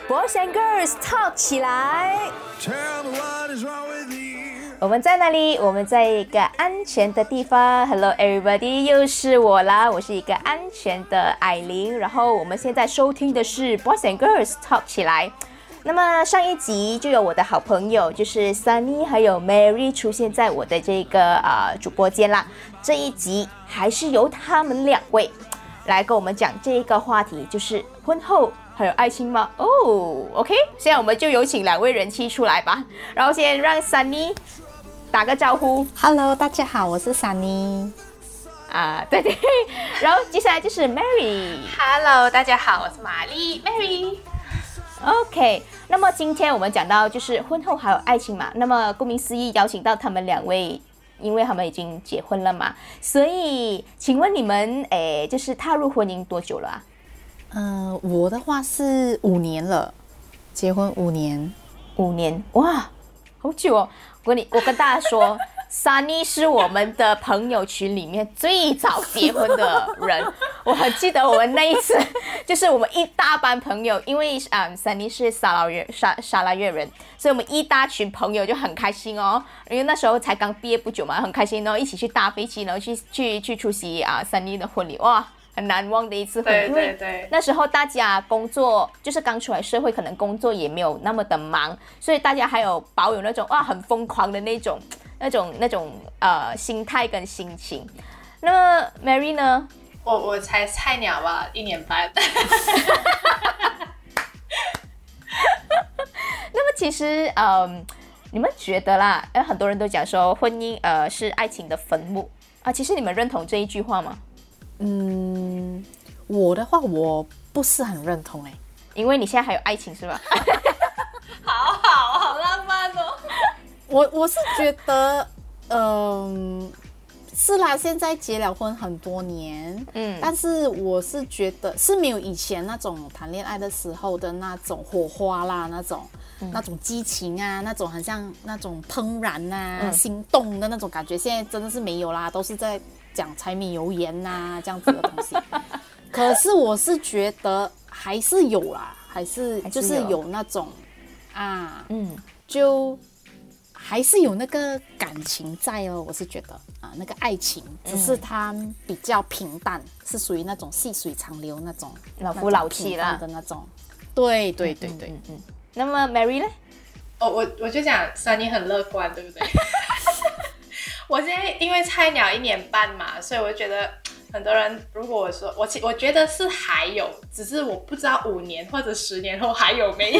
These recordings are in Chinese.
Boys and Girls Talk 起来。我们在哪里？我们在一个安全的地方。Hello everybody， 又是我啦，我是一个安全的艾琳。然后我们现在收听的是 Boys and Girls Talk 起来。那么上一集就有我的好朋友就是 Sunny 还有 Mary 出现在我的这个主播间啦。这一集还是由他们两位来跟我们讲这个话题，就是婚后还有爱情吗？哦 ，OK， 现在我们就有请两位人妻出来吧。然后先让 Sunny 打个招呼。 Hello， 大家好，我是 Sunny。 对。然后接下来就是 Mary。 Hello， 大家好，我是玛丽 Mary。OK， 那么今天我们讲到就是婚后还有爱情嘛，那么顾名思义邀请到他们两位，因为他们已经结婚了嘛，所以请问你们就是踏入婚姻多久了啊？ 我的话是5年了，结婚5年。 5年，哇，好久哦！我跟大家说，Sunny 是我们的朋友群里面最早结婚的人。我很记得我们那一次，就是我们一大班朋友，因为Sunny 是沙拉越人，所以我们一大群朋友就很开心哦。因为那时候才刚毕业不久嘛，很开心哦，一起去搭飞机，然后去出席Sunny 的婚礼，哇！很难忘的一次婚礼，因为那时候大家工作就是刚出来社会，可能工作也没有那么的忙，所以大家还有保有那种很疯狂的那种心态跟心情。那么 Mary 呢？ 我才菜鸟吧，1年半。 那么其实你们觉得啦，很多人都讲说婚姻是爱情的坟墓啊，其实你们认同这一句话吗？ 我的话我不是很认同因为你现在还有爱情是吧？ 好浪漫哦。 我是觉得，是啦，现在结了婚很多年，但是我是觉得是没有以前那种谈恋爱的时候的那种火花啦，那种激情啊，那种很像那种怦然啊、心动的那种感觉，现在真的是没有啦，都是在讲柴米油盐呐这样子的东西。可是我是觉得还是有啦，还是就是有那种就还是有那个感情在哦。我是觉得那个爱情只是它比较平淡，是属于那种细水长流那种老夫老妻啦的那种。对。 那么 Mary 呢？ 我就讲Sunny很乐观，对不对？我现在因为菜鸟1年半嘛，所以我就觉得很多人如果说我觉得是还有，只是我不知道5年或者10年后还有没有。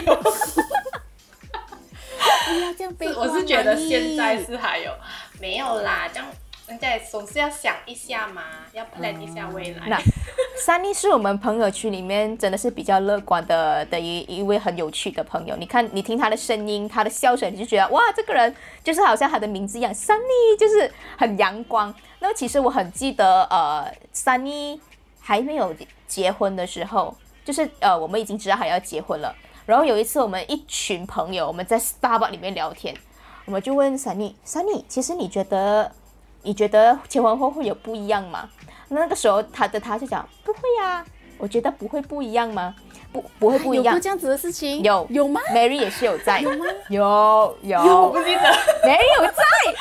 不要这样悲观。 我是觉得现在是还有，没有啦，这样人家总是要想一下嘛，要 plan 一下未来。 Sunny 是我们朋友区里面真的是比较乐观的一位很有趣的朋友。你看，你听他的声音，他的笑声，你就觉得哇，这个人就是好像他的名字一样 ，Sunny 就是很阳光。那么其实我很记得，Sunny 还没有结婚的时候，就是我们已经知道他要结婚了。然后有一次我们一群朋友，我们在 Starbucks 里面聊天，我们就问 Sunny， 其实你觉得结婚后会有不一样吗？那个时候他就讲不会呀，我觉得不会不一样吗？不会不一样。 有过这样子的事情？有吗 ？Mary 也是有在。 有吗？ 有， 我不记得。 Mary 有在。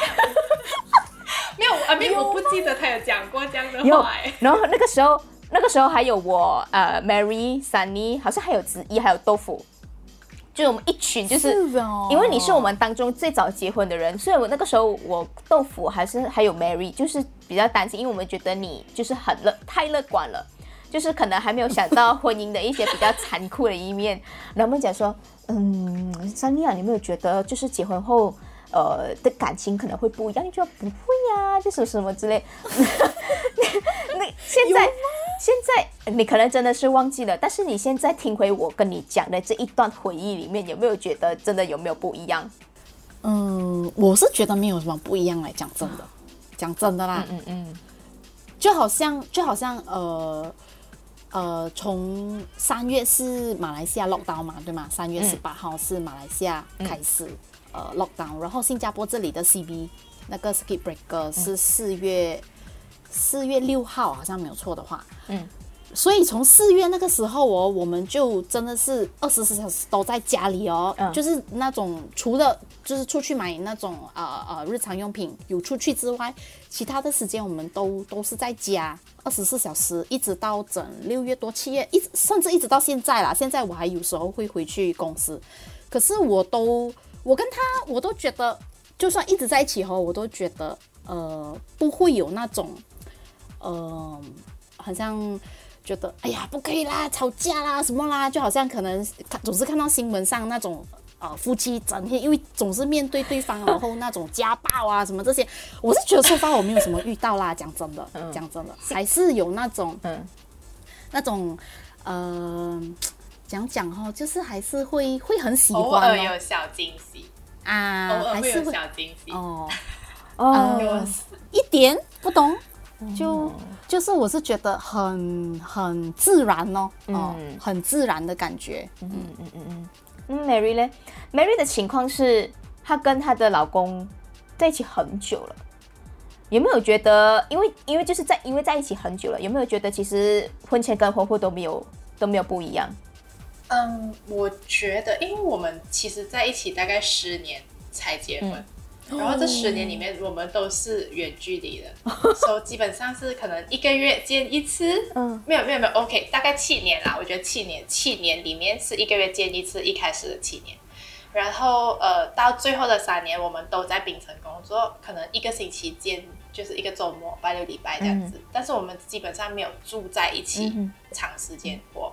没有，我不记得他有讲过这样的话。 然后那个时候还有我Mary Sunny， 好像还有子怡，还有豆腐。就我们一群，就是因为你是我们当中最早结婚的人，所以我那个时候我豆腐还有 Mary 就是比较担心，因为我们觉得你就是太乐观了，就是可能还没有想到婚姻的一些比较残酷的一面。然后我们讲说Sunny 你有没有觉得就是结婚后的感情可能会不一样？你觉得不会呀，就是什么之类。那现在你可能真的是忘记了，但是你现在听回我跟你講的这一段回忆里面，有没有觉得真的有没有不一样？ 我是觉得没有什么不一样来讲真的啦。就好像从3月是马来西亚 lockdown 嘛，对吗？3月18号是马来西亚开始lockdown，然后新加坡这里的 CB 那个 circuit breaker 是4月6号，好像没有错的话。 所以从4月那个时候哦，我们就真的是24小时都在家里哦，就是那种除了就是出去买那种日常用品有出去之外，其他的时间我们都是在家24小时，一直到整6月多7月，甚至一直到现在啦。现在我还有时候会回去公司，可是我跟他我都觉得，就算一直在一起后，我都觉得不会有那种好像。觉得哎呀不可以啦，吵架啦什么啦，就好像可能总是看到新闻上那种夫妻整天因为总是面对对方，然后那种家暴啊什么这些，我是觉得说法我没有什么遇到啦，讲真的，还是有那种讲哈，就是还是会很喜欢，偶尔有小惊喜啊， 偶尔会有小惊喜一点不懂。就是我是觉得很自然哦，很自然的感觉。 Mary 呢 ？Mary 的情况是，她跟她的老公在一起很久了，有没有觉得，因为就是因为在一起很久了，有没有觉得其实婚前跟婚后都没有不一样？ 我觉得，因为我们其实在一起大概10年才结婚。然后这10年里面，我们都是远距离的，所以基本上是可能1个月见一次。没有 ，OK， 大概7年啦。我觉得7年里面是1个月见一次，一开始的7年，然后到最后的3年，我们都在槟城工作，可能1个星期见就是一个周末，拜6礼拜这样子。但是我们基本上没有住在一起长时间过。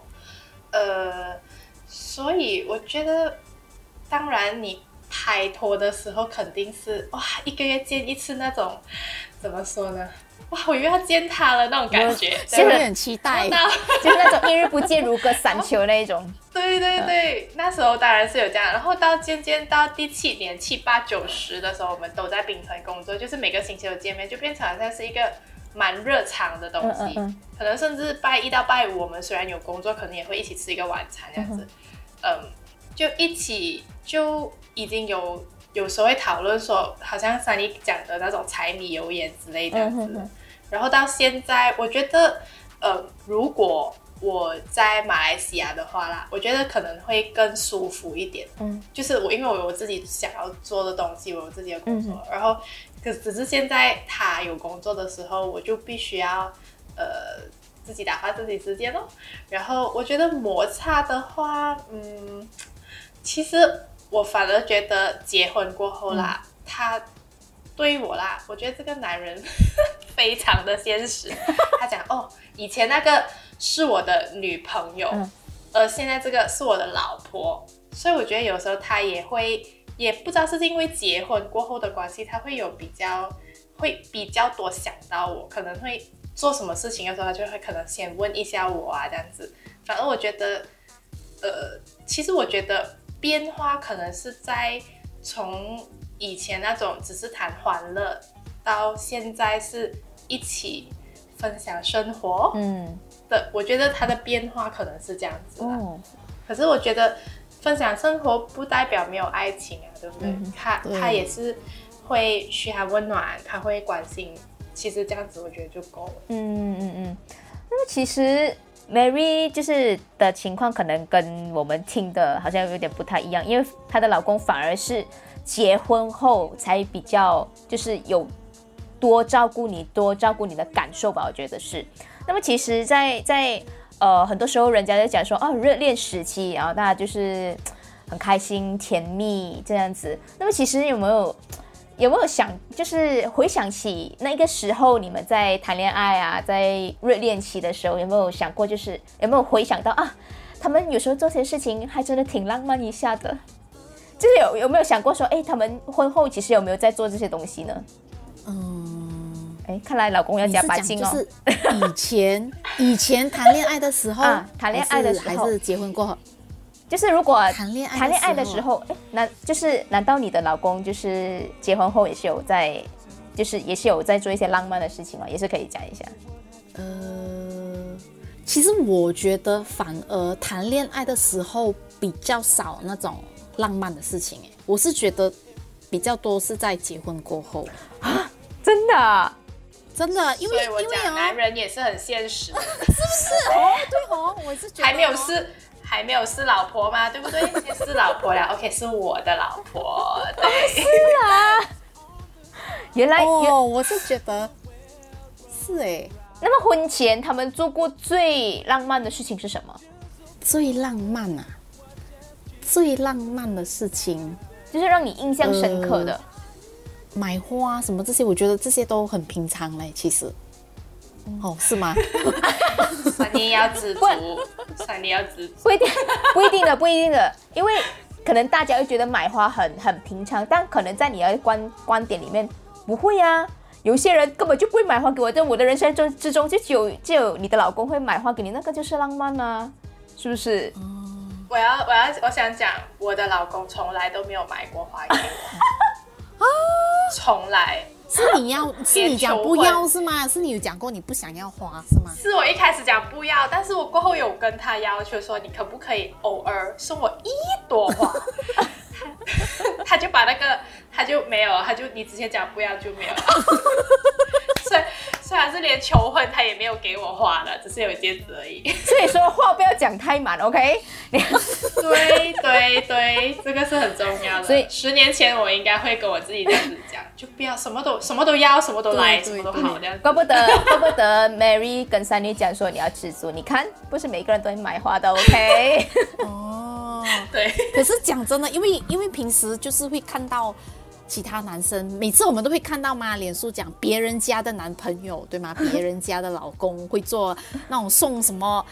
所以我觉得，当然你。拍拖的时候肯定是哇，1个月见一次那种，怎么说呢？哇，我又要见他了那种感觉， 就有点期待， 就是那种一日不见如隔三秋那一种。 对，那时候当然是有这样。然后渐渐到第7年、7、8、9、10的时候，我们都在槟城工作，就是每个星期有见面，就变成好像是一个蛮日常的东西。可能甚至拜1到拜5，我们虽然有工作，可能也会一起吃一个晚餐这样子。就一起就已经有时候会讨论说，好像Sunny讲的那种柴米油盐之类的样子。然后到现在，我觉得如果我在马来西亚的话啦，我觉得可能会更舒服一点。就是因为我有自己想要做的东西，我有自己的工作，然后只是现在他有工作的时候，我就必须要自己打发自己时间咯。然后我觉得摩擦的话，其实我反而觉得结婚过后啦，他对我啦，我觉得这个男人非常的现实。他讲以前那个是我的女朋友，而现在这个是我的老婆，所以我觉得有时候他也不知道是因为结婚过后的关系，他会比较多想到我，可能会做什么事情的时候，他就会可能先问一下我啊这样子。反而我觉得，其实我觉得。变化可能是在从以前那种只是谈欢乐，到现在是一起分享生活的，我觉得它的变化可能是这样子啦。可是我觉得分享生活不代表没有爱情啊，对不对？他也是会嘘寒问暖，他会关心，其实这样子我觉得就够了。 那么其实。Mary 就是的情况可能跟我们听的好像有点不太一样，因为她的老公反而是结婚后才比较就是有多照顾你的感受吧，我觉得是。那么其实在很多时候人家就讲说热恋时期，然后大家就是很开心甜蜜这样子。那么其实有没有想，就是回想起那个时候你们在谈恋爱啊，在热恋期的时候，有没有想过，就是有没有回想到他们有时候做些事情还真的挺浪漫一下的，就是有没有想过说，他们婚后其实有没有在做这些东西呢？看来老公要加把劲哦。 就是以前谈恋爱的时候， 谈恋爱的时候还是结婚过后。 就是如果谈恋爱的时候，难道你的老公就是结婚后也是有在做一些浪漫的事情吗？也是可以讲一下。 其实我觉得反而谈恋爱的时候比较少那种浪漫的事情，我是觉得比较多是在结婚过后啊，真的啊？ 真的，因为所以我讲男人也是很现实的， 是不是？哦，对哦，我是觉得还没有是老婆吗？对不对？先是老婆了 ，OK， 是我的老婆，对， 是啊。原来我是觉得是哎。 那么婚前他们做过最浪漫的事情是什么？ 最浪漫啊，最浪漫的事情就是让你印象深刻的。 买花什么这些，我觉得这些都很平常嘞，其实。哦，是吗？ 你要知足，你要知足。 不一定的，因为可能大家会觉得买花很平常，但可能在你的观点里面不会啊。有些人根本就不会买花给我，在我的人生之中就只有你的老公会买花给你，那个就是浪漫啊，是不是？ 我想讲，我的老公从来都没有买过花给我，从来。 是你讲不要是吗？是你有讲过你不想要花是吗？ 是我一开始讲不要，但是我过后有跟他要求说，你可不可以偶尔送我1朵花？他就把那个他就没有，你之前讲不要就没有。虽然是连求婚他也没有给我花的，只是有戒指而已。 所以说话不要讲太满 ，OK？ 对，这个是很重要的。所以10年前我应该会跟我自己这样子讲，就不要什么都要，什么都来，什么都好这样。 怪不得 Mary 跟Sunny 讲说你要知足，你看不是每个人都会买花的 ，OK？ 哦， 对。 可是讲真的，因为平时就是会看到其他男生，每次我们都会看到嘛，脸书讲别人家的男朋友，对吗？别人家的老公会做那种送什么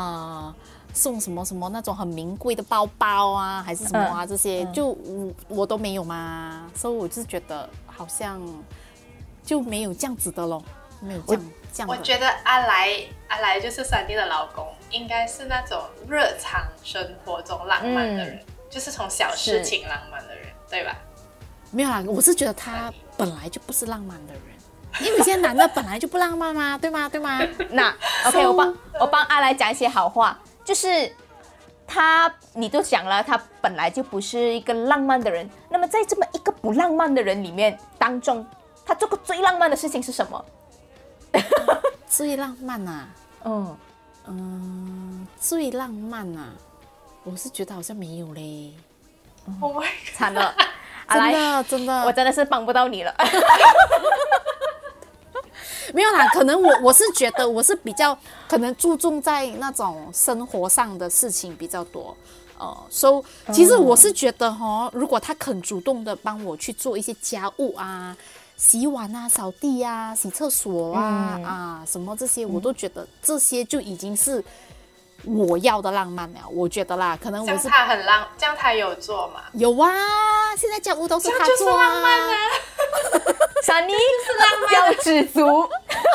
那种很名贵的包包啊，还是什么啊，这些就我都没有嘛，所以我就觉得好像就没有这样子的咯，没有这样的。 我觉得阿来就是Sunny的老公，应该是那种日常生活中浪漫的人，就是从小事情浪漫的人，对吧？ 没有啦，我是觉得他本来就不是浪漫的人，因为有些男的本来就不浪漫嘛，对吗？ 那 OK， 我帮阿来讲一些好话，就是你都讲了，他本来就不是一个浪漫的人。那么在这么一个不浪漫的人里面当中，他做过最浪漫的事情是什么？ 最浪漫啊？最浪漫啊？我是觉得好像没有嘞。 Oh my God， 惨了。 真的， 我真的是帮不到你了。 没有啦，可能我是觉得我是比较可能注重在那种生活上的事情比较多，其实我是觉得如果他肯主动的帮我去做一些家务啊，洗碗啊、扫地啊、洗厕所啊、什么这些，我都觉得这些就已经是我要的浪漫了，我觉得啦，可能我是这样他很浪，这样他有做吗？ 有啊，现在家务都是他做啊， 就是浪漫啊。 Sunny 是浪漫，要知足。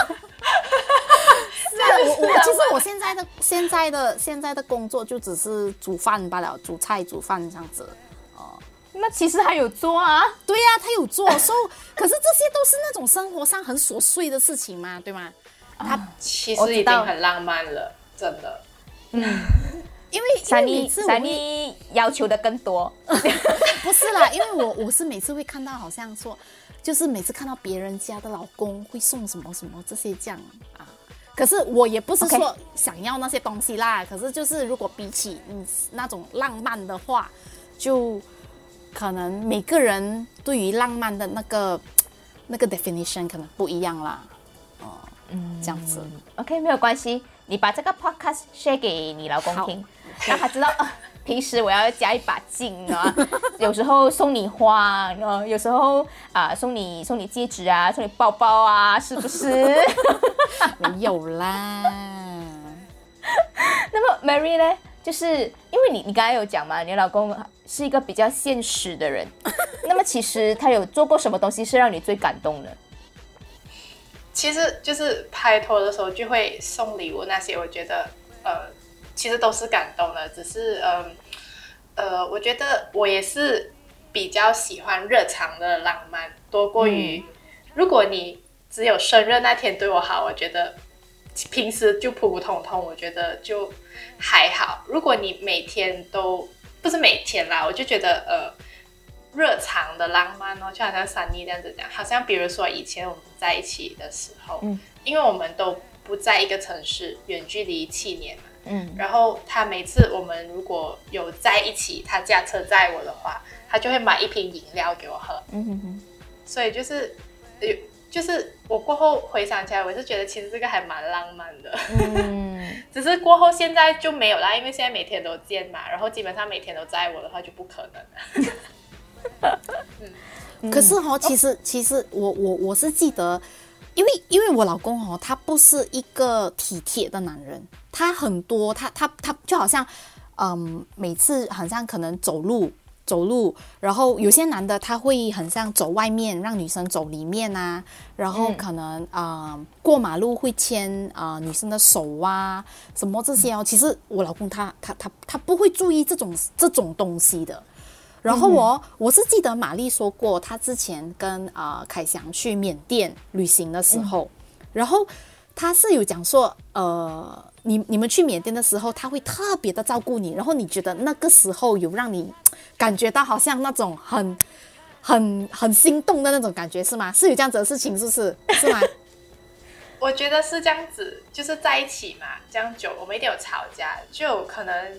其实我现在的工作就只是煮饭罢了，煮菜煮饭这样子。 那其实还有做啊。 对呀，他有做，可是这些都是那种生活上很琐碎的事情嘛，对吗？ 他其实已经很浪漫了，真的。 因为 Sunny要求的更多。 不是啦，因为我是每次会看到好像说，就是每次看到别人家的老公会送什么什么这些这样啊。可是我也不是说想要那些东西啦，可是就是如果比起那种浪漫的话，就可能每个人对于浪漫的那个 definition 可能不一样啦。这样子 OK， 没有关系，你把这个 podcast share 给你老公听，让他知道平时我要加一把劲啊，有时候送你花，有时候送你戒指啊，送你包包啊，是不是？ 没有啦。 那么 Mary 呢？就是因为你刚才有讲嘛，你老公是一个比较现实的人，那么其实他有做过什么东西是让你最感动的？ 其实就是拍拖的时候就会送礼物那些，我觉得其实都是感动的，只是我觉得我也是比较喜欢日常的浪漫多过于，如果你只有生日那天对我好，我觉得平时就普普通通，我觉得就还好。如果你每天都不是每天啦，我就觉得热肠的浪漫哦，就好像Sunny这样子讲，好像比如说以前我们在一起的时候，因为我们都不在一个城市，远距离7年嘛，然后他每次我们如果有在一起，他驾车载我的话，他就会买一瓶饮料给我喝，所以就是我过后回想起来，我是觉得其实这个还蛮浪漫的，只是过后现在就没有啦，因为现在每天都见嘛，然后基本上每天都载我的话就不可能了。 可是其实我是记得，因为我老公他不是一个体贴的男人，他很多他就好像每次好像可能走路，然后有些男的他会很像走外面，让女生走里面啊，然后可能过马路会牵女生的手啊，什么这些其实我老公他不会注意这种东西的。然后我是记得玛丽说过，她之前跟凯翔去缅甸旅行的时候，然后她是有讲说，你们去缅甸的时候，他会特别的照顾你，然后你觉得那个时候有让你感觉到好像那种很心动的那种感觉是吗？是有这样子的事情，是不是？是吗？ 我觉得是这样子，就是在一起嘛，这样久，我们一定有吵架，就有可能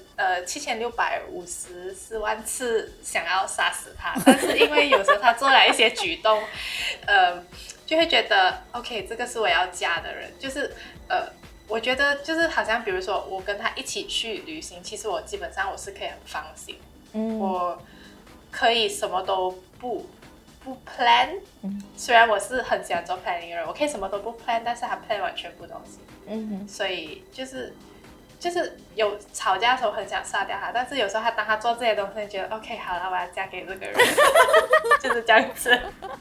7654万次想要杀死他，但是因为有时候他做了一些举动，就会觉得 OK， 这个是我要嫁的人，就是我觉得就是好像比如说我跟他一起去旅行，其实我基本上我是可以很放心，我可以什么都不 plan，虽然我是很喜欢做 planning 的人，我可以什么都不 plan， 但是他 plan 完全部东西，所以就是有吵架的时候很想杀掉他，但是有时候当他做这些东西，觉得 OK 好了，我要嫁给这个人，就是这样子。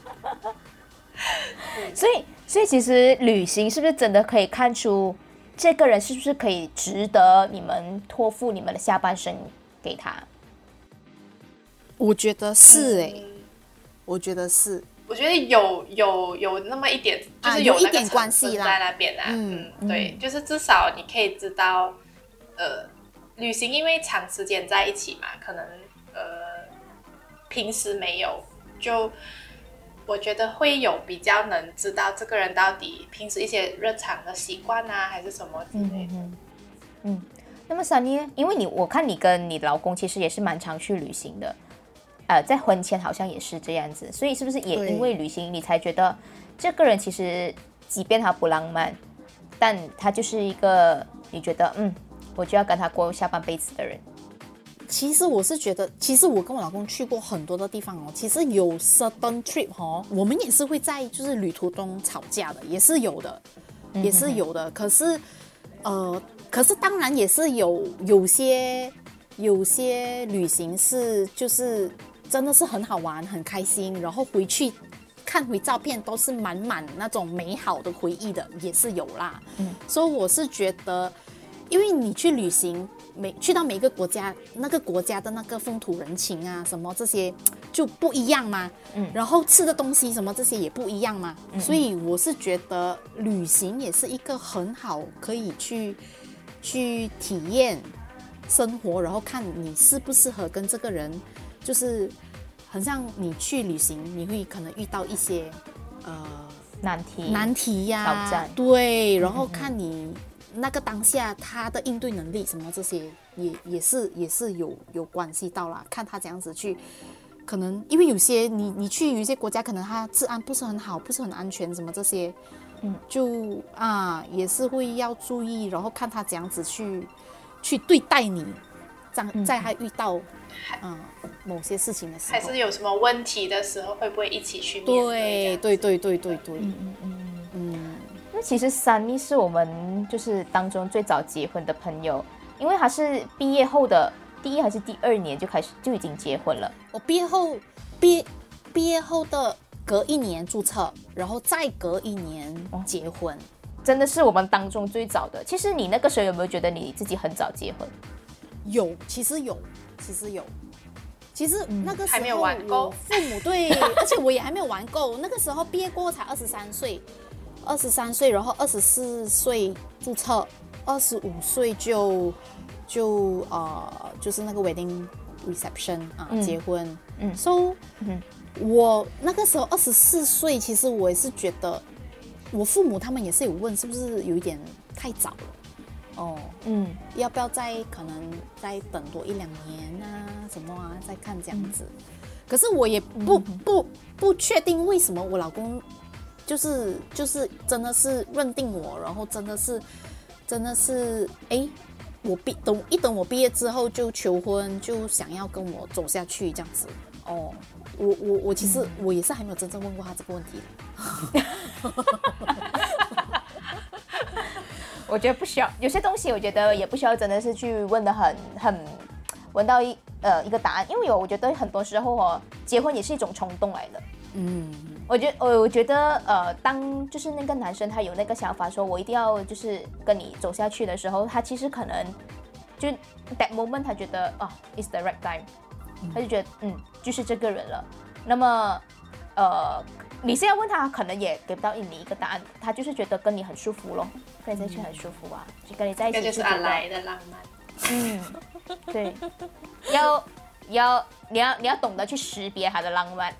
所以其实旅行是不是真的可以看出这个人是不是可以值得你们托付你们的下半生给他？ 我觉得是我觉得是， 我觉得有那么一点，就是有一点关系啦， 在那边啦，对，就是至少你可以知道，旅行因为长时间在一起嘛，可能平时没有，就我觉得会有比较能知道这个人到底平时一些日常的习惯啊，还是什么之类的。 那么Sunny，因为我看你跟你老公其实也是蛮常去旅行的。在婚前好像也是这样子，所以是不是也因为旅行你才觉得这个人其实即便他不浪漫，但他就是一个你觉得我就要跟他过下半辈子的人？ 其实我是觉得，其实我跟我老公去过很多的地方其实有 certain trip 我们也是会在就是旅途中吵架的，也是有的，也是有的。可是当然也是有些旅行是就是真的是很好玩很开心，然后回去看回照片都是满满那种美好的回忆的，也是有啦。所以我是觉得，因为你去旅行，去到每个国家，那个国家的那个风土人情啊，什么这些就不一样嘛。然后吃的东西什么这些也不一样嘛。所以我是觉得旅行也是一个很好可以去体验生活，然后看你适不适合跟这个人。就是很像你去旅行，你会可能遇到一些难题呀、 挑战， 对，然后看你那个当下他的应对能力什么这些也是有关系到啦，看他怎样子去，可能因为有些你去有一些国家，可能他治安不是很好，不是很安全什么这些，就也是会要注意，然后看他怎样子去对待你。在他遇到某些事情的时候， 还是有什么问题的时候，会不会一起去面对？ 对。 那其实Sunny是我们就是当中最早结婚的朋友，因为他是毕业后的第一还是第2年就已经结婚了。 我毕业后的隔1年注册，然后再隔1年结婚， 真的是我们当中最早的。其实你那个时候有没有觉得你自己很早结婚？ 其实有。其实那个时候还没有玩够， 父母对，而且我也还没有玩够。那个时候毕业过后才23岁，然后24岁注册，25岁就是那个 wedding reception 结婚， ，so，我那个时候24岁，其实我也是觉得，我父母他们也是有问，是不是有一点太早了？哦，要不要可能再等多1-2年啊，什么啊，再看这样子。可是我也不确定为什么我老公就是真的是认定我，然后真的是等我毕业之后就求婚，就想要跟我走下去这样子。哦，我其实我也是还没有真正问过他这个问题。 我觉得不需要，有些东西我觉得也不需要真的是去问的很问到一个答案，因为我觉得很多时候结婚也是一种冲动来的。我觉得当就是那个男生他有那个想法说我一定要就是跟你走下去的时候，他其实可能就 that moment 他觉得it's the right time，他就觉得就是这个人了。那么你现在问他，可能也给不到你一个答案，他就是觉得跟你很舒服咯，跟你在一起很舒服啊，就跟你在一起这就是阿来的浪漫。 对，你要懂得去识别他的浪漫。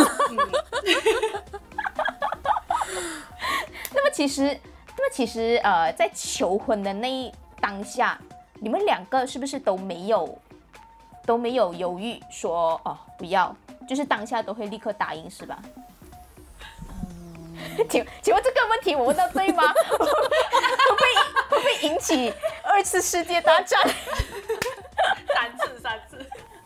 那么其实在求婚的那一当下，你们两个是不是都没有犹豫说不要，就是当下都会立刻答应是吧？请问这个问题我问到对吗？会不会引起2次世界大战 3次。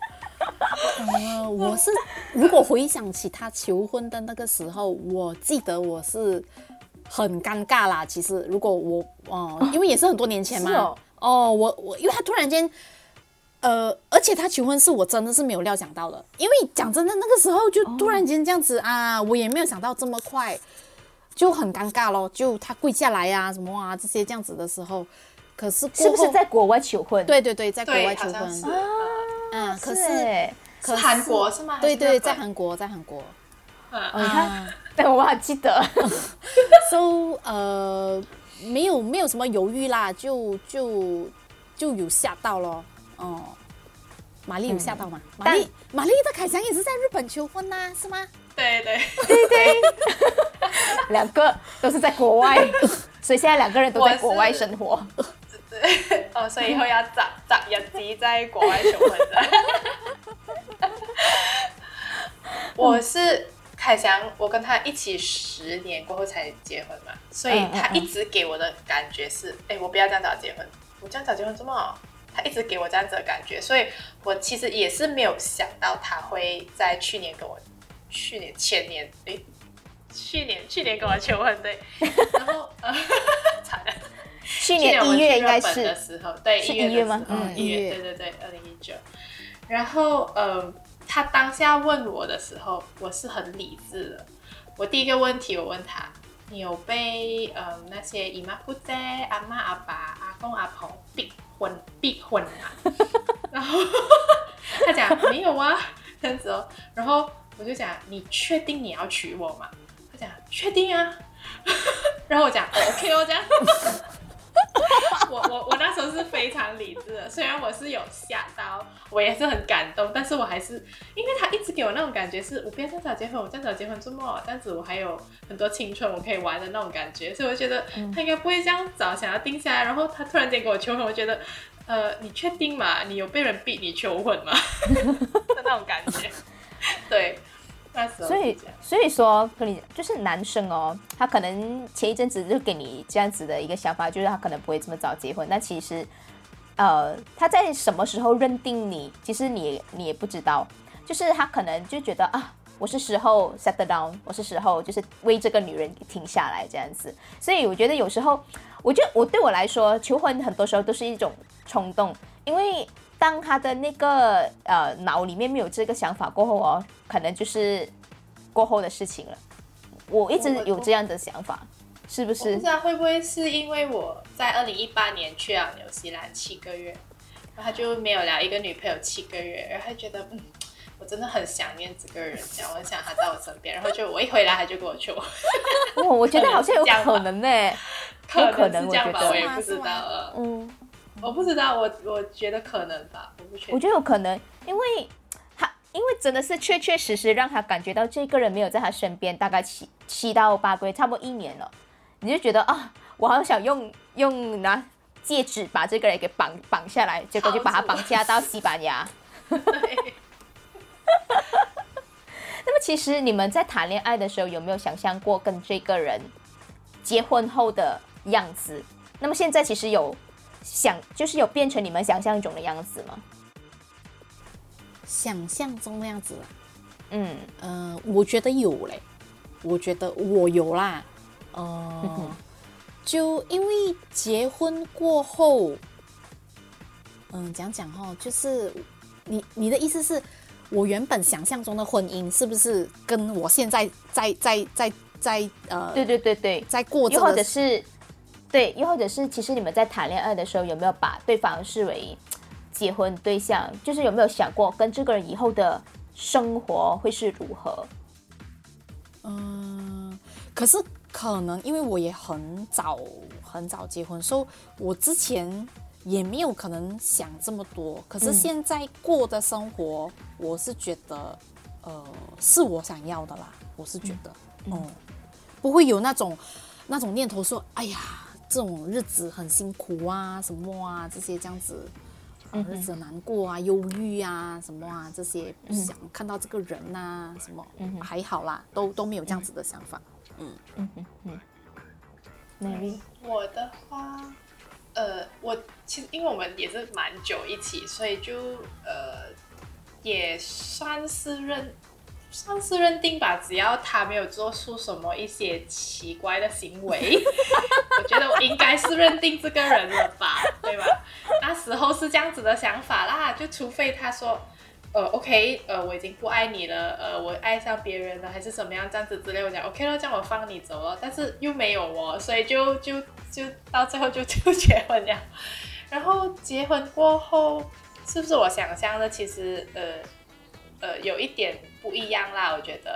我是如果回想起他求婚的那个时候，我记得我是很尴尬啦。其实如果因为也是很多年前嘛，我因为他突然间。而且他求婚是我真的是没有料想到的，因为讲真的那个时候就突然间这样子啊，我也没有想到这么快，就很尴尬咯。就他跪下来啊什么啊这些这样子的时候，可是是不是在国外求婚？ 对，在国外求婚可是韩国是吗？ 对，在韩国。 你看，对我还记得。 So 没有什么犹豫啦，就有吓到咯。玛丽有吓到吗？玛丽的凯翔也是在日本求婚呐，是吗？ 对， 两个都是在国外，所以现在2个人都在国外生活。 对，所以以后要找日子在国外求婚的。我是凯翔，我跟他一起10年过后才结婚嘛，所以他一直给我的感觉是，我不要这样早结婚，我这样早结婚这么好。他一直给我这样子的感觉，所以我其实也是没有想到他会在去年跟我求婚，对，然后惨了， 去年1月应该是的时候，对， 是1月吗 ？1月，对，2019。然后他当下问我的时候，我是很理智的。我第一个问题我问他，你有被那些姨妈姑姐、阿妈、阿爸、阿公、阿婆逼婚啊？然后他讲没有啊，这样子哦。然后我就讲你确定你要娶我吗？他讲确定啊。然后我讲OK 哦，这样。我那时候是非常理智的，虽然我是有吓到，我也是很感动，但是我还是因为他一直给我那种感觉是，我不要这样早结婚，我这样早结婚这么这样子，我还有很多青春我可以玩的那种感觉，所以我觉得他应该不会这样早想要定下来，然后他突然间给我求婚，我觉得你确定吗？你有被人逼你求婚吗？的那种感觉，对。 所以说，跟你就是男生他可能前一阵子就给你这样子的一个想法，就是他可能不会这么早结婚。但其实，他在什么时候认定你，其实你也不知道。就是他可能就觉得我是时候 settle down， 我是时候就是为这个女人停下来这样子。所以我觉得有时候，对我来说，求婚很多时候都是一种冲动，因为当他的那个脑里面没有这个想法过后可能就是过后的事情了。我一直有这样的想法，是不是？ 我不知道会不会是因为我在2018年去了纽西兰7个月，然后他就没有了一个女朋友7个月，然后他觉得我真的很想念这个人，这样我很想他在我身边，然后我一回来他就跟我求婚。 我觉得好像有可能可能是这样吧，我也不知道我不知道，我觉得可能吧，我不确定。 我觉得有可能，因因为真的是确确实实让他感觉到这个人没有在他身边，大概七到8个月，差不多1年了，你就觉得啊，我好想用拿戒指把这个人给绑下来，结果就把他绑架到西班牙。 对。 那么其实你们在谈恋爱的时候有没有想象过跟这个人结婚后的样子？那么现在其实就是有变成你们想象中的样子吗？ 想象中的样子我觉得有嘞，我觉得我有啦，就因为结婚过后，讲就是你的意思是，我原本想象中的婚姻是不是跟我现在在对， 在过这个， 又或者是其实你们在谈恋爱的时候有没有把对方视为结婚对象？就是有没有想过跟这个人以后的生活会是如何？ 可是可能因为我也很早结婚，所以我之前也没有可能想这么多。可是现在过的生活，我是觉得是我想要的啦。我是觉得不会有那种念头说，哎呀，这种日子很辛苦啊，什么啊，这些这样子，日子难过啊，忧郁啊，什么啊，这些不想看到这个人啊，什么，还好啦，都没有这样子的想法。 Mary， 我的话，我其实因为我们也是蛮久一起，所以就也算是认定吧，只要他没有做出什么一些奇怪的行为，我觉得我应该是认定这个人了吧，对吧？那时候是这样子的想法啦，就除非他说，OK，我已经不爱你了，我爱上别人了，还是什么样这样子之类，我讲 OK 了，这样我放你走了，但是又没有哦，所以就到最后就结婚了。然后结婚过后，是不是我想象的其实有一点不一样啦？我觉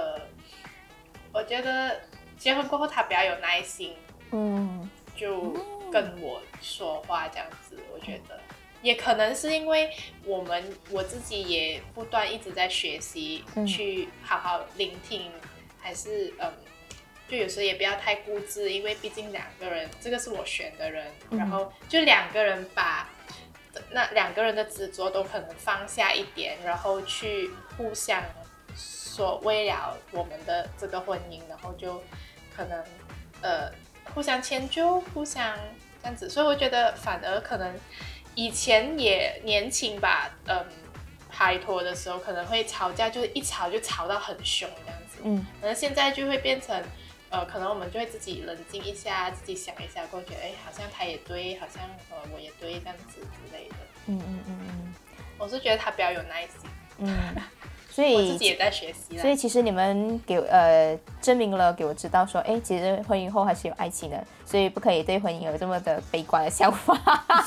得结婚过后他比较有耐心，就跟我说话这样子，我觉得。也可能是因为我自己也不断一直在学习，去好好聆听，还是就有时候也不要太固执，因为毕竟2个人，这个是我选的人，然后就2个人把那2个人的执着都可能放下一点，然后去互相说为了我们的这个婚姻，然后就可能互相迁就，互相这样子，所以我觉得反而可能。以前也年轻吧，拍拖的时候可能会吵架，就是一吵就吵到很凶这样子。可能现在就会变成，可能我们就会自己冷静一下，自己想一下，过觉得好像他也对，好像我也对这样子之类的。我是觉得他比较有耐心。 所以我自己也在学习啦。 所以其实你们证明了给我知道说，其实婚姻后还是有爱情的，所以不可以对婚姻有这么的悲观的想法。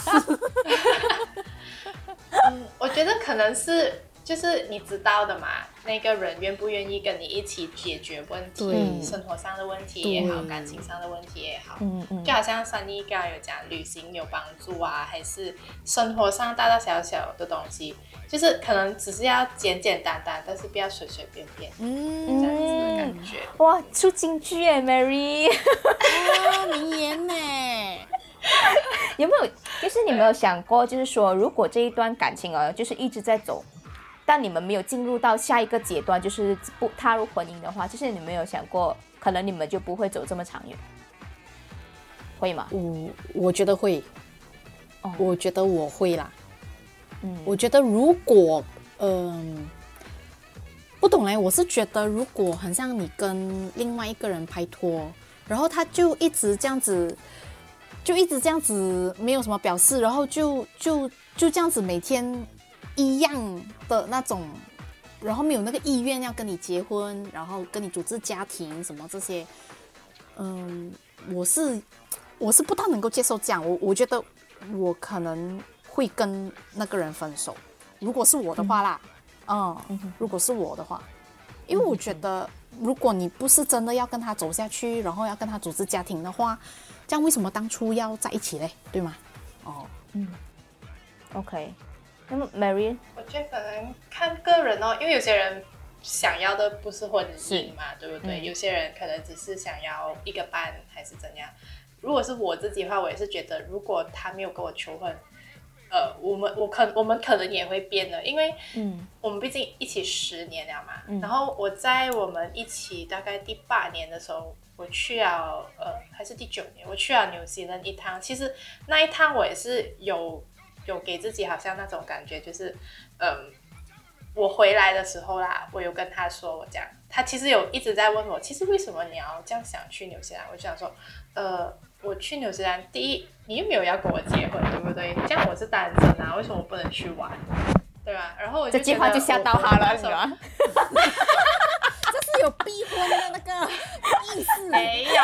我觉得可能是就是你知道的嘛，那个人愿不愿意跟你一起解决问题，生活上的问题也好，感情上的问题也好，就好像Sunny刚刚有讲，旅行有帮助啊，还是生活上大大小小的东西，就是可能只是要简简单单，但是不要随随便便，这样子的感觉。 哇，出金句耶 ，Mary， 名言呢？ 有没有？就是你有没有想过，就是说，如果这一段感情就是一直在走，但你们没有进入到下一个阶段，就是不踏入婚姻的话，就是你们有想过，可能你们就不会走这么长远，会吗？ 我觉得会，我觉得我会啦。我觉得如果不懂嘞，我是觉得如果很像你跟另外一个人拍拖，然后他就一直这样子没有什么表示，然后就这样子每天一样的那种，然后没有那个意愿要跟你结婚，然后跟你组织家庭什么这些，我是不大能够接受这样。我觉得我可能会跟那个人分手，如果是我的话啦，如果是我的话，因为我觉得如果你不是真的要跟他走下去，然后要跟他组织家庭的话，这样为什么当初要在一起嘞？对吗？ OK。 那么 Mary， 我觉得可能看个人哦，因为有些人想要的不是婚姻嘛，对不对？有些人可能只是想要一个伴还是怎样。如果是我自己的话，我也是觉得，如果他没有跟我求婚，我们可能也会变的，因为我们毕竟一起10年了嘛。然后我在我们一起大概第8年的时候，我去了还是第9年，我去了纽西兰一趟。其实那一趟我也是有给自己好像那种感觉，就是我回来的时候啦，我有跟他说我这样，他其实有一直在问我，其实为什么你要这样想去纽西兰？我就想说，我去纽西兰，第一，你又没有要跟我结婚，对不对？这样我是单身啊，为什么我不能去玩？对吧？然后我就这句话就吓到他了，是吗？ 这是有逼婚的那个意思。 没有。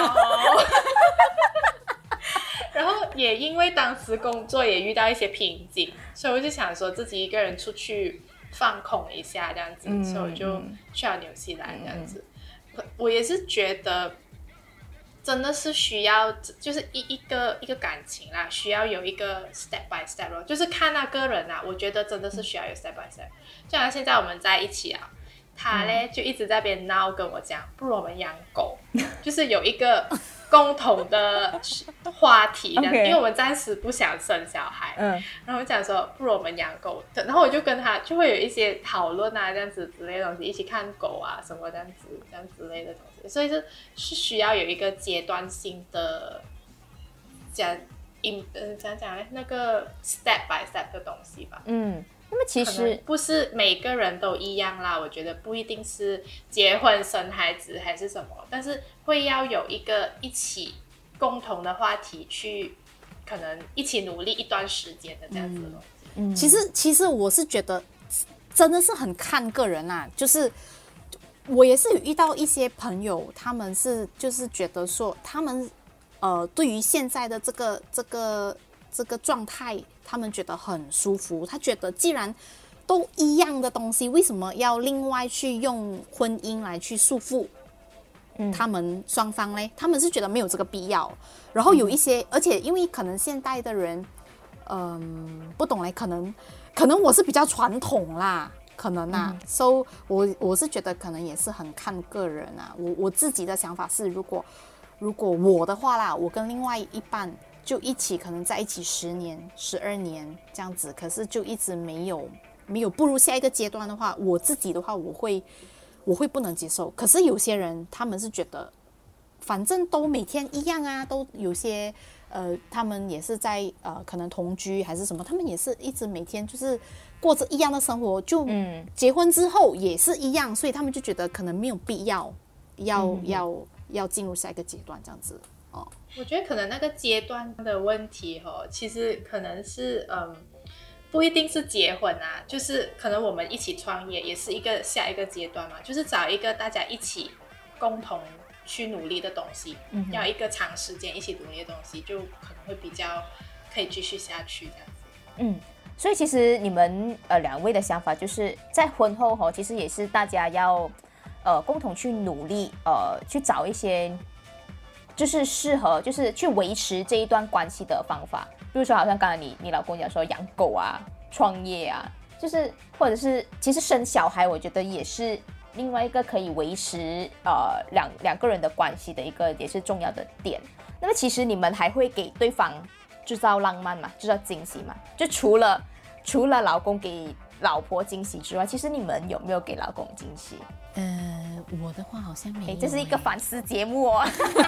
然后也因为当时工作也遇到一些瓶颈，所以我就想说自己一个人出去放空一下这样子，所以我就去了纽西兰这样子。我也是觉得真的是需要，就是一个感情啦，需要有一个 step by step 咯，就是看那个人啊，我觉得真的是需要有 step by step。就像现在我们在一起啊，他呢就一直在那边闹跟我讲，不如我们养狗，就是有一个共同的话题的，因为我们暂时不想生小孩，然后我讲说不如我们养狗，然后我就跟他就会有一些讨论啊，这样子之类的东西，一起看狗啊什么这样之类的东西，所以是需要有一个阶段性的讲讲那个 step by step 的东西吧。 那么其实不是每个人都一样啦，我觉得不一定是结婚生孩子还是什么，但是会要有一个一起共同的话题去，可能一起努力一段时间的这样子的东西。其实我是觉得真的是很看个人啦，就是我也是有遇到一些朋友，他们是就是觉得说他们对于现在的这个状态，他们觉得很舒服。他觉得既然都一样的东西，为什么要另外去用婚姻来去束缚他们双方呢？他们是觉得没有这个必要。然后有一些，而且因为可能现代的人，不懂嘞，可能我是比较传统啦，可能啊，so 我是觉得可能也是很看个人啊。我自己的想法是，如果我的话啦，我跟另外一半就一起可能在一起10年、12年这样子，可是就一直没有步入下一个阶段的话，我自己的话我会不能接受。可是有些人他们是觉得反正都每天一样啊，都有些他们也是在可能同居还是什么，他们也是一直每天就是过着一样的生活，就结婚之后也是一样，所以他们就觉得可能没有必要要进入下一个阶段这样子。 我觉得可能那个阶段的问题其实可能是不一定是结婚啊，就是可能我们一起创业也是下一个阶段嘛，就是找一个大家一起共同去努力的东西，要一个长时间一起努力的东西，就可能会比较可以继续下去这样子。 所以其实你们2位的想法就是在婚后其实也是大家要共同去努力去找一些就是适合就是去维持这一段关系的方法，比如说好像刚才你老公讲说养狗啊、创业啊，就是或者是其实生小孩，我觉得也是另外一个可以维持两个人的关系的一个也是重要的点。那么其实你们还会给对方制造浪漫嘛，制造惊喜嘛？就除了老公给老婆惊喜之外，其实你们有没有给老公惊喜？ 我的话好像没有。 这是一个反思节目哦。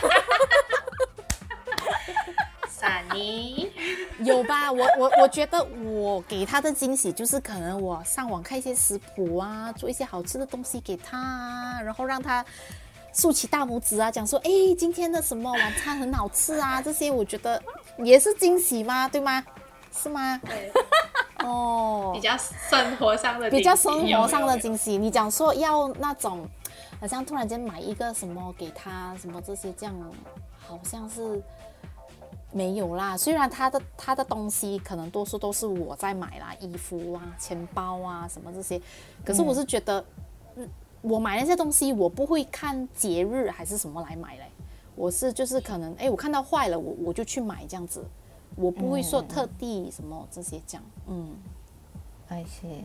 Sunny 有吧？我觉得我给他的惊喜就是可能我上网看一些食谱啊，做一些好吃的东西给他啊，然后让他竖起大拇指啊，讲说今天的什么晚餐很好吃啊，这些我觉得也是惊喜嘛，对吗？是吗？ 对。比较生活上的惊喜，你讲说要那种好像突然间买一个什么给他什么这些，这样好像是没有啦。虽然他的东西可能多数都是我在买啦，衣服啊、钱包啊什么这些，可是我是觉得我买那些东西我不会看节日还是什么来买嘞，我是就是可能我看到坏了我就去买这样子，我不会说特地什么这些这样。 I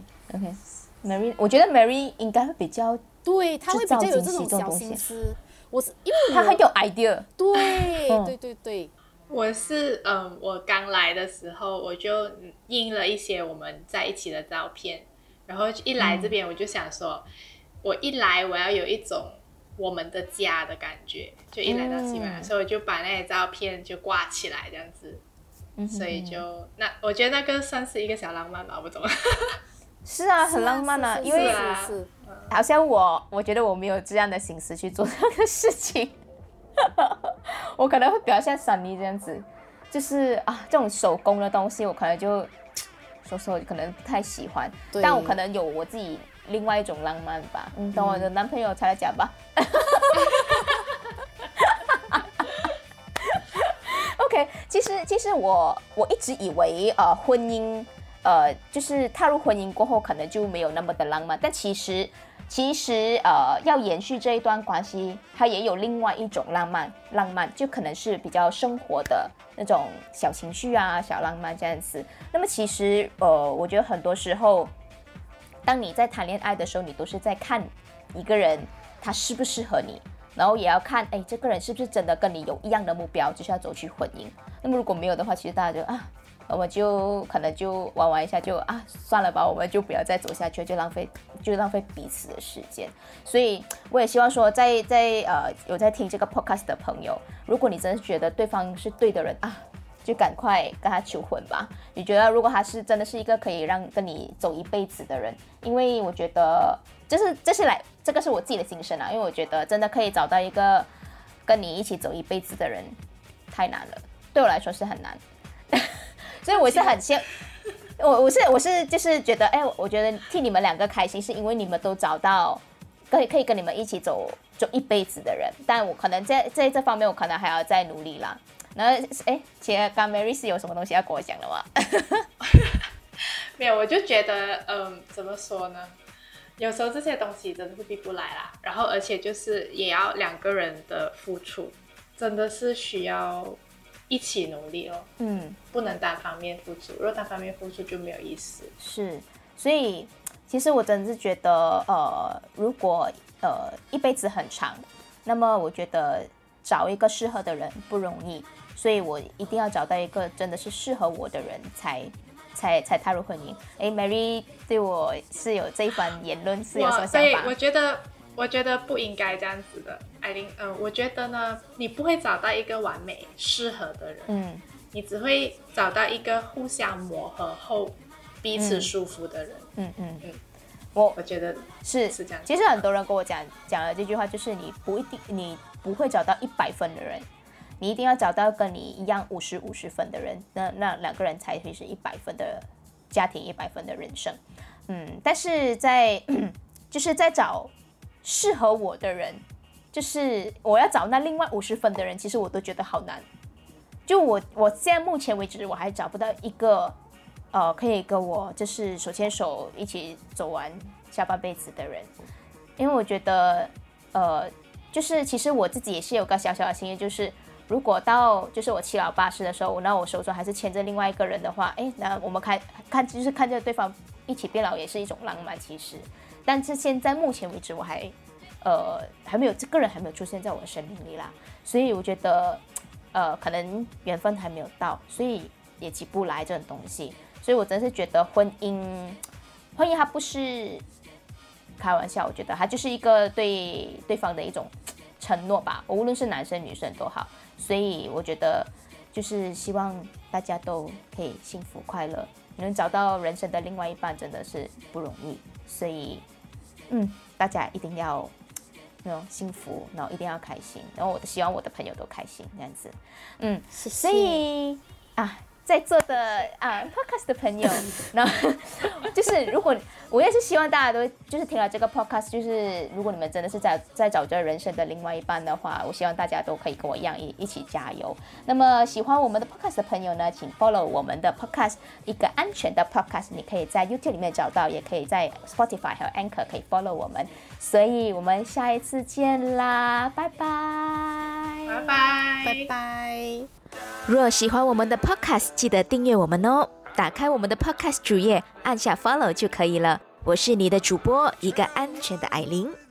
see，OK，Mary，我觉得 Mary 应该会比较， 对，她会比较有这种小心思。因为她很有 idea。 对。 我是我刚来的时候，我就印了一些我们在一起的照片，然后一来这边我就想说，我一来我要有一种我们的家的感觉，就一来到西班牙，所以我就把那些照片就挂起来这样子，所以就我觉得那个算是一个小浪漫吧，我不懂。 是啊，很浪漫啊，因为好像我觉得我没有这样的心思去做这个事情。我可能会比较像Sunny这样子，就是这种手工的东西，我可能就说可能不太喜欢，但我可能有我自己另外一种浪漫吧。等我的男朋友才来讲吧。OK， 其实我一直以为婚姻就是踏入婚姻过后可能就没有那么的浪漫，但其实要延续这一段关系，它也有另外一种浪漫就可能是比较生活的那种小情绪啊，小浪漫这样子。那么其实我觉得很多时候，当你在谈恋爱的时候，你都是在看一个人他适不适合你，然后也要看这个人是不是真的跟你有一样的目标，就是要走去婚姻。那么如果没有的话，其实大家就我们就可能就玩一下就算了吧，我们就不要再走下去，就浪费彼此的时间。所以我也希望说在有在听这个 podcast 的朋友，如果你真的觉得对方是对的人就赶快跟他求婚吧。你觉得如果他是真的是一个可以跟你走一辈子的人，因为我觉得这个是我自己的心声因为我觉得真的可以找到一个跟你一起走一辈子的人太难了，对我来说是很难。所以我是很我是就是觉得我觉得替你们两个开心，是因为你们都找到可以跟你们一起走一辈子的人，但我可能在这方面我可能还要再努力啦。然后刚 Mary 是有什么东西要跟我讲的吗？ 没有，我就觉得怎么说呢，有时候这些东西真的是逼不来啦，然后而且就是也要两个人的付出，真的是需要一起努力哦，不能单方面付出，如果单方面付出就没有意思。 是，所以其实我真的是觉得，如果一辈子很长，那么我觉得找一个适合的人不容易，所以我一定要找到一个真的是适合我的人才踏入婚姻。Mary 对我是有这一番言论，是有什么想法？ 我觉得不应该这样子的，艾琳。我觉得呢，你不会找到一个完美适合的人，你只会找到一个互相磨合后彼此舒服的人。我觉得是这样。 其实很多人跟我讲了这句话，就是你不会找到100分的人，你一定要找到跟你一样50分的人，那两个人才会是100分的家庭，100分的人生。但是就是在找适合我的人，就是我要找那另外50分的人，其实我都觉得好难。就我现在目前为止，我还找不到一个可以跟我就是手牵手一起走完下半辈子的人。因为我觉得就是其实我自己也是有个小小的心愿，就是如果到就是我7老8十的时候，那我手中还是牵着另外一个人的话，那我们就是看着对方一起变老，也是一种浪漫其实。但是现在目前为止，我还没有这个人还没有出现在我的生命里啦，所以我觉得可能缘分还没有到，所以也起不来这种东西。所以我真是觉得婚姻它不是开玩笑，我觉得它就是一个对对方的一种承诺吧，无论是男生女生都好。所以我觉得就是希望大家都可以幸福快乐，能找到人生的另外一半真的是不容易。所以大家一定要幸福，然后一定要开心，然后我希望我的朋友都开心这样子。 谢谢。 所以在座的podcast 的朋友，然后就是如果我也是希望大家都就是听了这个 podcast， 就是如果你们真的是在找着人生的另外一半的话，我希望大家都可以跟我一样一起加油。那么喜欢我们的 podcast 的朋友呢，请 follow 我们的 podcast， 一个安全的 podcast， 你可以在 YouTube 里面找到，也可以在 Spotify 还有 Anchor 可以 follow 我们。所以我们下一次见啦，拜拜， 拜拜， 拜拜。 若喜欢我们的 podcast， 记得订阅我们哦。 打开我们的 Podcast 主页，按下 Follow 就可以了。我是你的主播，一个安全的艾琳。